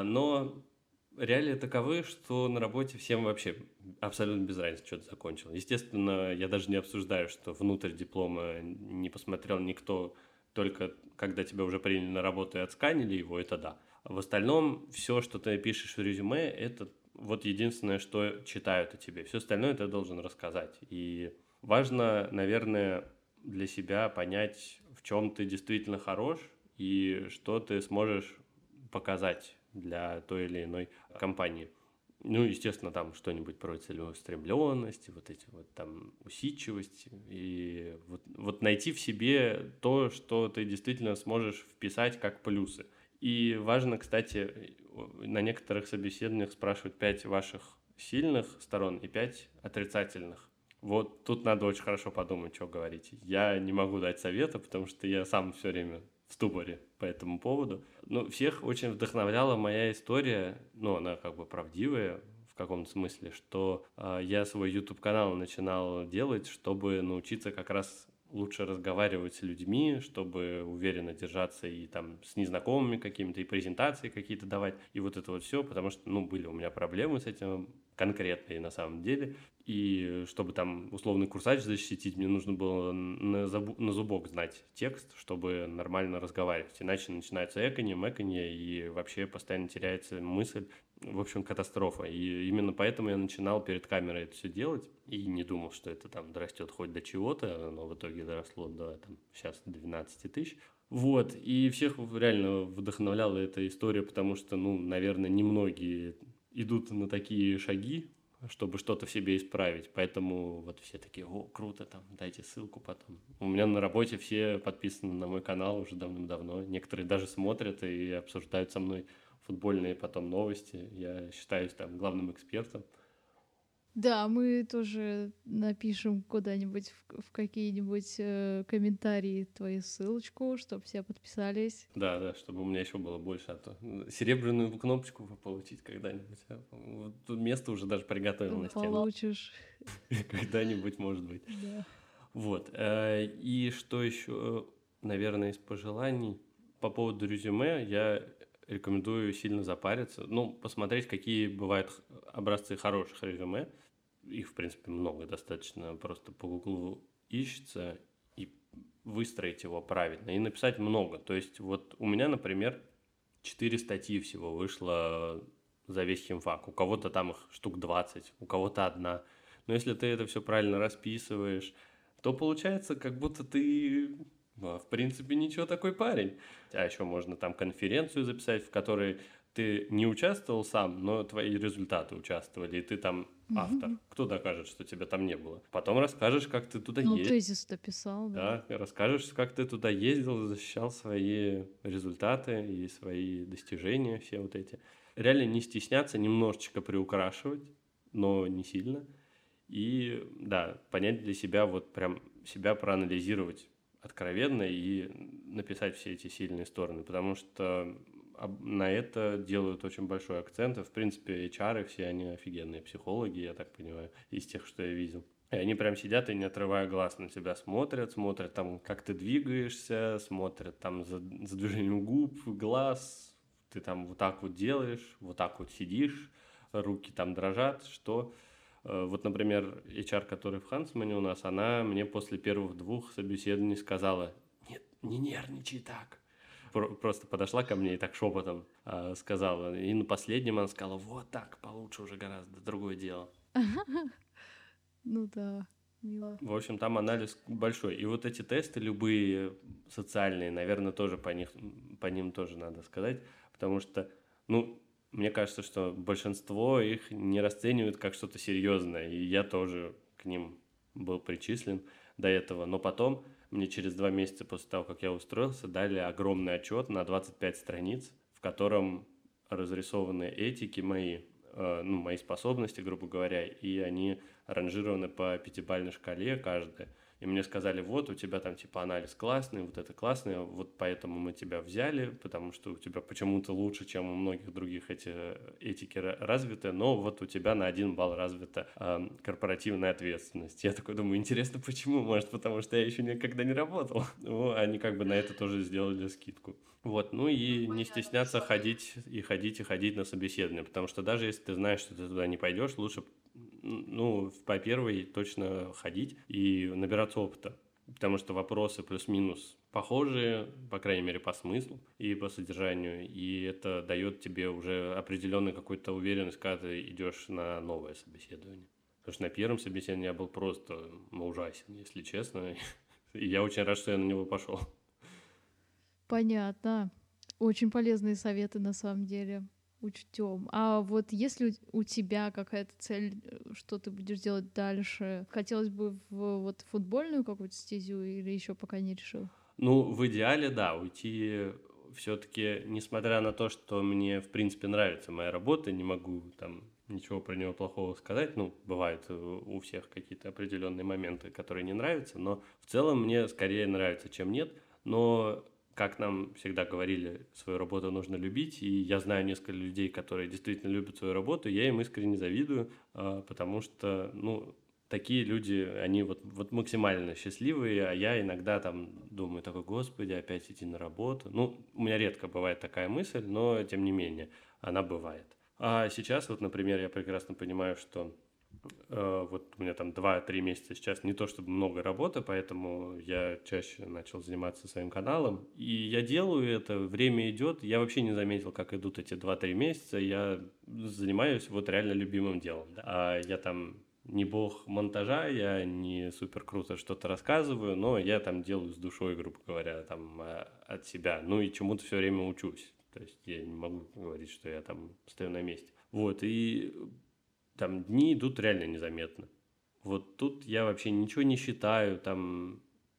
Но реалии таковы, что на работе всем вообще абсолютно без разницы, что ты закончил. Естественно, я даже не обсуждаю, что внутрь диплома не посмотрел никто, только когда тебя уже приняли на работу и отсканили его, это да. А в остальном все, что ты пишешь в резюме, это вот единственное, что читают о тебе. Все остальное ты должен рассказать. И важно, наверное, для себя понять, в чем ты действительно хорош и что ты сможешь показать для той или иной компании. Ну, естественно, там что-нибудь про целеустремленность, вот эти вот там усидчивость, и вот найти в себе то, что ты действительно сможешь вписать как плюсы. И важно, кстати, на некоторых собеседованиях спрашивать 5 ваших сильных сторон и 5 отрицательных. Вот тут надо очень хорошо подумать, что говорить. Я не могу дать совета, потому что я сам все время в ступоре по этому поводу. Но всех очень вдохновляла моя история, ну, она как бы правдивая в каком-то смысле, что я свой YouTube-канал начинал делать, чтобы научиться как раз лучше разговаривать с людьми, чтобы уверенно держаться и там с незнакомыми какими-то, и презентации какие-то давать, и вот это вот все, потому что, ну, были у меня проблемы с этим конкретные на самом деле, и чтобы там условный курсач защитить, мне нужно было на зубок знать текст, чтобы нормально разговаривать, иначе начинается эканье, и вообще постоянно теряется мысль. В общем, катастрофа. И именно поэтому я начинал перед камерой это все делать и не думал, что это там дорастет хоть до чего-то, но в итоге доросло до там, сейчас 12 тысяч. Вот, и всех реально вдохновляла эта история, потому что, ну, наверное, немногие идут на такие шаги, чтобы что-то в себе исправить. Поэтому вот все такие: о, круто, там, дайте ссылку потом. У меня на работе все подписаны на мой канал уже давным-давно. Некоторые даже смотрят и обсуждают со мной футбольные потом новости. Я считаюсь там главным экспертом. Да, мы тоже напишем куда-нибудь в какие-нибудь комментарии твою ссылочку, чтобы все подписались. Да, чтобы у меня еще было больше, а то серебряную кнопочку получить когда-нибудь. Вот тут место уже даже приготовил на стену. Получишь. Когда-нибудь, может быть. Да. Вот. И что еще, наверное, из пожеланий по поводу резюме, я рекомендую сильно запариться. Ну, посмотреть, какие бывают образцы хороших резюме. Их, в принципе, много достаточно. Просто по Гуглу ищется и выстроить его правильно. И написать много. То есть вот у меня, например, 4 статьи всего вышло за весь химфак. У кого-то там их штук 20, у кого-то одна. Но если ты это все правильно расписываешь, то получается, как будто ты, ну, в принципе, ничего, такой парень. А еще можно там конференцию записать, в которой ты не участвовал сам, но твои результаты участвовали, и ты там автор. Кто докажет, что тебя там не было? Потом расскажешь, как ты туда Ну, ездил. тезис-то писал, да. Да, расскажешь, как ты туда ездил, защищал свои результаты и свои достижения, все вот эти. Реально не стесняться, немножечко приукрашивать, но не сильно. И, да, понять для себя, вот прям себя проанализировать откровенно и написать все эти сильные стороны, потому что на это делают очень большой акцент. И, в принципе, HR, все они офигенные психологи, я так понимаю, из тех, что я видел. И они прям сидят и, не отрывая глаз, на тебя смотрят там, как ты двигаешься, смотрят там за движением губ, глаз, ты там вот так вот делаешь, вот так вот сидишь, руки там дрожат, что... Вот, например, HR, который в Хансмане у нас, она мне после первых 2 собеседований сказала: нет, не нервничай так. Просто подошла ко мне и так шепотом сказала. И на последнем она сказала: вот так, получше уже гораздо, другое дело. Ну да, мило. В общем, там анализ большой. И вот эти тесты, любые социальные, наверное, тоже по ним тоже надо сказать, потому что, ну, мне кажется, что большинство их не расценивают как что-то серьезное, и я тоже к ним был причислен до этого. Но потом мне через 2 месяца после того, как я устроился, дали огромный отчет на 25 страниц, в котором разрисованы этики мои, ну, мои способности, грубо говоря, и они ранжированы по пятибалльной шкале каждая. И мне сказали, вот, у тебя там типа анализ классный, вот это классный, вот поэтому мы тебя взяли, потому что у тебя почему-то лучше, чем у многих других этики развиты, но вот у тебя на 1 балл развита корпоративная ответственность. Я такой думаю, интересно, почему? Может, потому что я еще никогда не работал. Ну, они как бы на это тоже сделали скидку. Вот, ну и не стесняться ходить на собеседование, потому что даже если ты знаешь, что ты туда не пойдешь, лучше, ну, по первой точно ходить и набираться опыта, потому что вопросы плюс-минус похожие, по крайней мере, по смыслу и по содержанию, и это дает тебе уже определенную какую-то уверенность, когда ты идешь на новое собеседование. Потому что на первом собеседовании я был просто ужасен, если честно, и я очень рад, что я на него пошел. Понятно. Очень полезные советы на самом деле. Учтем. А вот если у тебя какая-то цель, что ты будешь делать дальше, хотелось бы в вот футбольную какую-то стезю или еще пока не решил? Ну, в идеале, да, уйти все-таки, несмотря на то, что мне, в принципе, нравится моя работа, не могу там ничего про нее плохого сказать, ну, бывают у всех какие-то определенные моменты, которые не нравятся, но в целом мне скорее нравится, чем нет, но как нам всегда говорили, свою работу нужно любить, и я знаю несколько людей, которые действительно любят свою работу, я им искренне завидую, потому что, ну, такие люди, они вот максимально счастливые, а я иногда там думаю такой, господи, опять идти на работу. Ну, у меня редко бывает такая мысль, но тем не менее, она бывает. А сейчас вот, например, я прекрасно понимаю, что вот у меня там 2-3 месяца сейчас не то чтобы много работы, поэтому я чаще начал заниматься своим каналом. И я делаю это, время идет. Я вообще не заметил, как идут эти 2-3 месяца. Я занимаюсь вот реально любимым делом. Да. А я там не бог монтажа, я не супер круто что-то рассказываю, но я там делаю с душой, грубо говоря, там от себя. Ну и чему-то все время учусь. То есть я не могу говорить, что я там стою на месте. Вот, и там дни идут реально незаметно. Вот тут я вообще ничего не считаю, там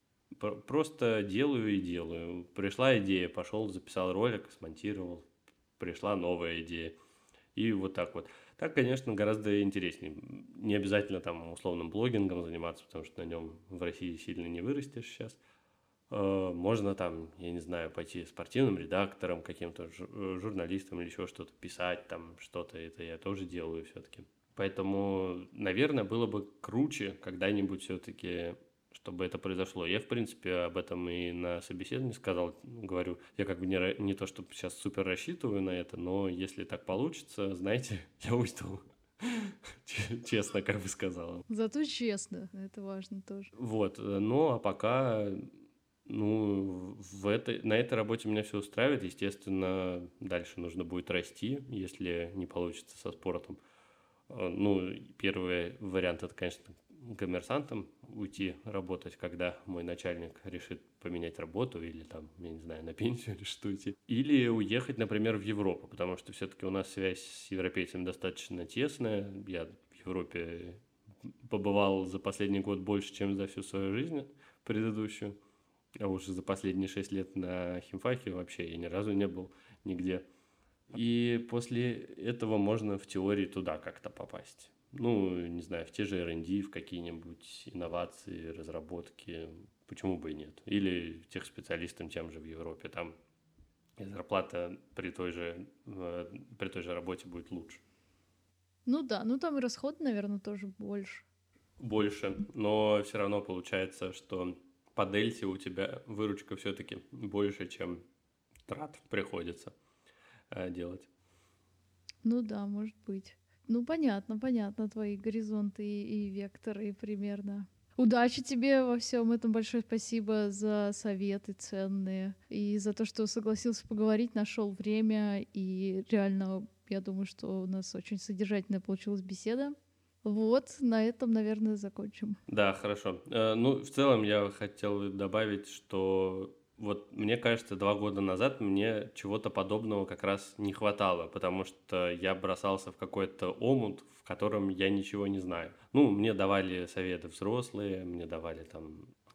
просто делаю и делаю. Пришла идея, пошел, записал ролик, смонтировал, пришла новая идея. И вот так вот. Так, конечно, гораздо интереснее. Не обязательно там условным блогингом заниматься, потому что на нем в России сильно не вырастешь сейчас. Можно там, я не знаю, пойти спортивным редактором, каким-то журналистом или еще что-то, писать там что-то. Это я тоже делаю все-таки. Поэтому, наверное, было бы круче когда-нибудь все-таки, чтобы это произошло. Я, в принципе, об этом и на собеседовании сказал, говорю, я как бы не то, чтобы сейчас супер рассчитываю на это, но если так получится, знаете, я уйду. Честно, как бы сказала. Зато честно, это важно тоже. Вот, ну, а пока, ну, на этой работе меня все устраивает. Естественно, дальше нужно будет расти, если не получится со спортом. Ну, первый вариант – это, конечно, коммерсантом уйти работать, когда мой начальник решит поменять работу или там, я не знаю, на пенсию решит уйти. Или уехать, например, в Европу, потому что все-таки у нас связь с европейцами достаточно тесная. Я в Европе побывал за последний год больше, чем за всю свою жизнь предыдущую. А уж за последние 6 лет на химфаке вообще я ни разу не был нигде. И после этого можно в теории туда как-то попасть. Ну, не знаю, в те же R&D, в какие-нибудь инновации, разработки. Почему бы и нет? Или техспециалистам тем же в Европе. Там зарплата при той же работе будет лучше. Ну да, ну там и расход, наверное, тоже больше. Больше, но все равно получается, что по дельте у тебя выручка все-таки больше, чем трат приходится делать. Ну да, может быть. Ну понятно, твои горизонты и векторы примерно. Удачи тебе во всем этом. Большое спасибо за советы ценные и за то, что согласился поговорить, нашел время. И реально, я думаю, что у нас очень содержательная получилась беседа. Вот, на этом, наверное, закончим. Да, хорошо. Ну, в целом я хотел добавить, что вот мне кажется, 2 года назад мне чего-то подобного как раз не хватало, потому что я бросался в какой-то омут, в котором я ничего не знаю. Ну, мне давали советы взрослые, мне давали там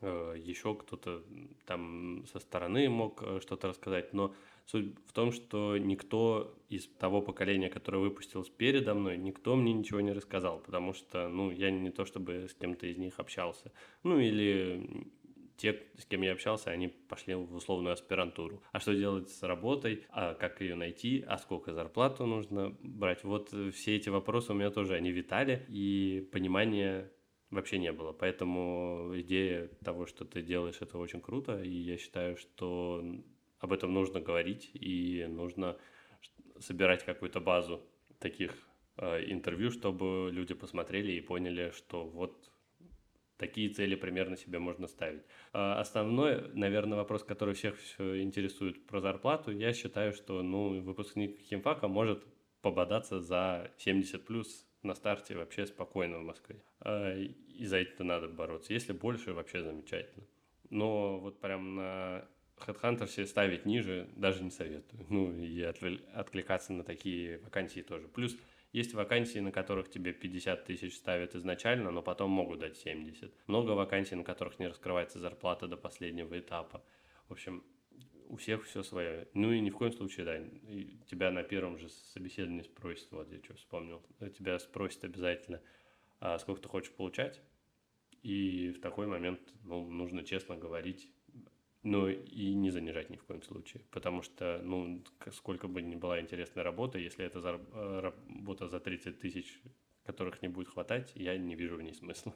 еще кто-то там со стороны мог что-то рассказать, но суть в том, что никто из того поколения, которое выпустилось передо мной, никто мне ничего не рассказал, потому что, я не то чтобы с кем-то из них общался, или те, с кем я общался, они пошли в условную аспирантуру. А что делать с работой, а как ее найти, а сколько зарплату нужно брать, вот все эти вопросы у меня тоже, они витали, и понимания вообще не было. Поэтому идея того, что ты делаешь, это очень круто, и я считаю, что об этом нужно говорить, и нужно собирать какую-то базу таких интервью, чтобы люди посмотрели и поняли, что вот такие цели примерно себе можно ставить. Основной, наверное, вопрос, который всех все интересует про зарплату, я считаю, что выпускник химфака может пободаться за 70+, на старте вообще спокойно в Москве. И за это надо бороться. Если больше, вообще замечательно. Но вот прям на HeadHunter ставить ниже даже не советую. И откликаться на такие вакансии тоже. Плюс есть вакансии, на которых тебе 50 тысяч ставят изначально, но потом могут дать 70. Много вакансий, на которых не раскрывается зарплата до последнего этапа. В общем, у всех все свое. И ни в коем случае, тебя на первом же собеседовании спросят, вот я что вспомнил, тебя спросят обязательно, сколько ты хочешь получать, и в такой момент, нужно честно говорить, и не занижать ни в коем случае, потому что, сколько бы ни была интересная работа, если это работа за 30 тысяч, которых не будет хватать, я не вижу в ней смысла.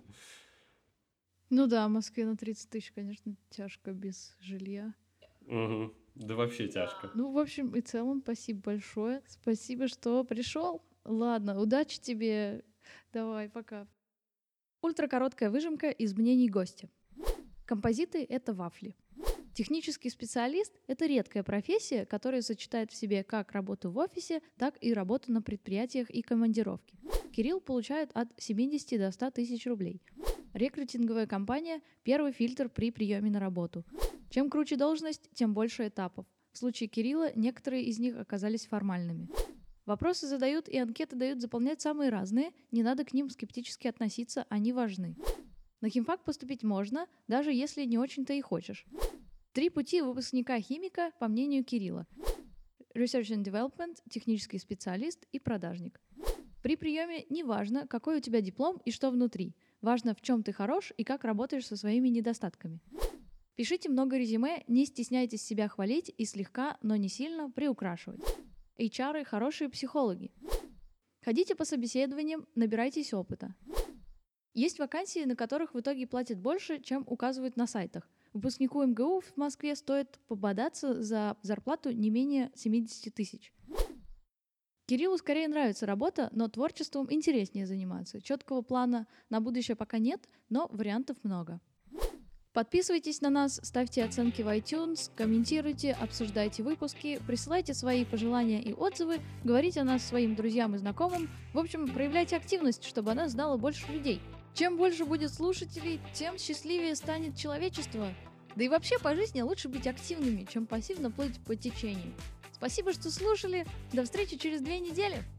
В Москве на 30 тысяч, конечно, тяжко без жилья. Угу. Да вообще тяжко. В общем и целом, спасибо большое. Спасибо, что пришел. Ладно, удачи тебе. Давай, пока. Ультракороткая выжимка из мнений гостя. Композиты — это вафли. Технический специалист — это редкая профессия, которая сочетает в себе как работу в офисе, так и работу на предприятиях и командировки. Кирилл получает от 70 до 100 тысяч рублей. Рекрутинговая компания — первый фильтр при приеме на работу. Чем круче должность, тем больше этапов. В случае Кирилла некоторые из них оказались формальными. Вопросы задают и анкеты дают заполнять самые разные, не надо к ним скептически относиться, они важны. На химфак поступить можно, даже если не очень-то и хочешь. 3 пути выпускника химика, по мнению Кирилла. Research and Development, технический специалист и продажник. При приеме не важно, какой у тебя диплом и что внутри. Важно, в чем ты хорош и как работаешь со своими недостатками. Пишите много резюме, не стесняйтесь себя хвалить и слегка, но не сильно приукрашивать. HR — хорошие психологи. Ходите по собеседованиям, набирайтесь опыта. Есть вакансии, на которых в итоге платят больше, чем указывают на сайтах. Выпускнику МГУ в Москве стоит пободаться за зарплату не менее 70 тысяч. Кириллу скорее нравится работа, но творчеством интереснее заниматься. Четкого плана на будущее пока нет, но вариантов много. Подписывайтесь на нас, ставьте оценки в iTunes, комментируйте, обсуждайте выпуски, присылайте свои пожелания и отзывы, говорите о нас своим друзьям и знакомым. В общем, проявляйте активность, чтобы о нас знало больше людей. Чем больше будет слушателей, тем счастливее станет человечество. Да и вообще по жизни лучше быть активными, чем пассивно плыть по течению. Спасибо, что слушали. До встречи через 2 недели.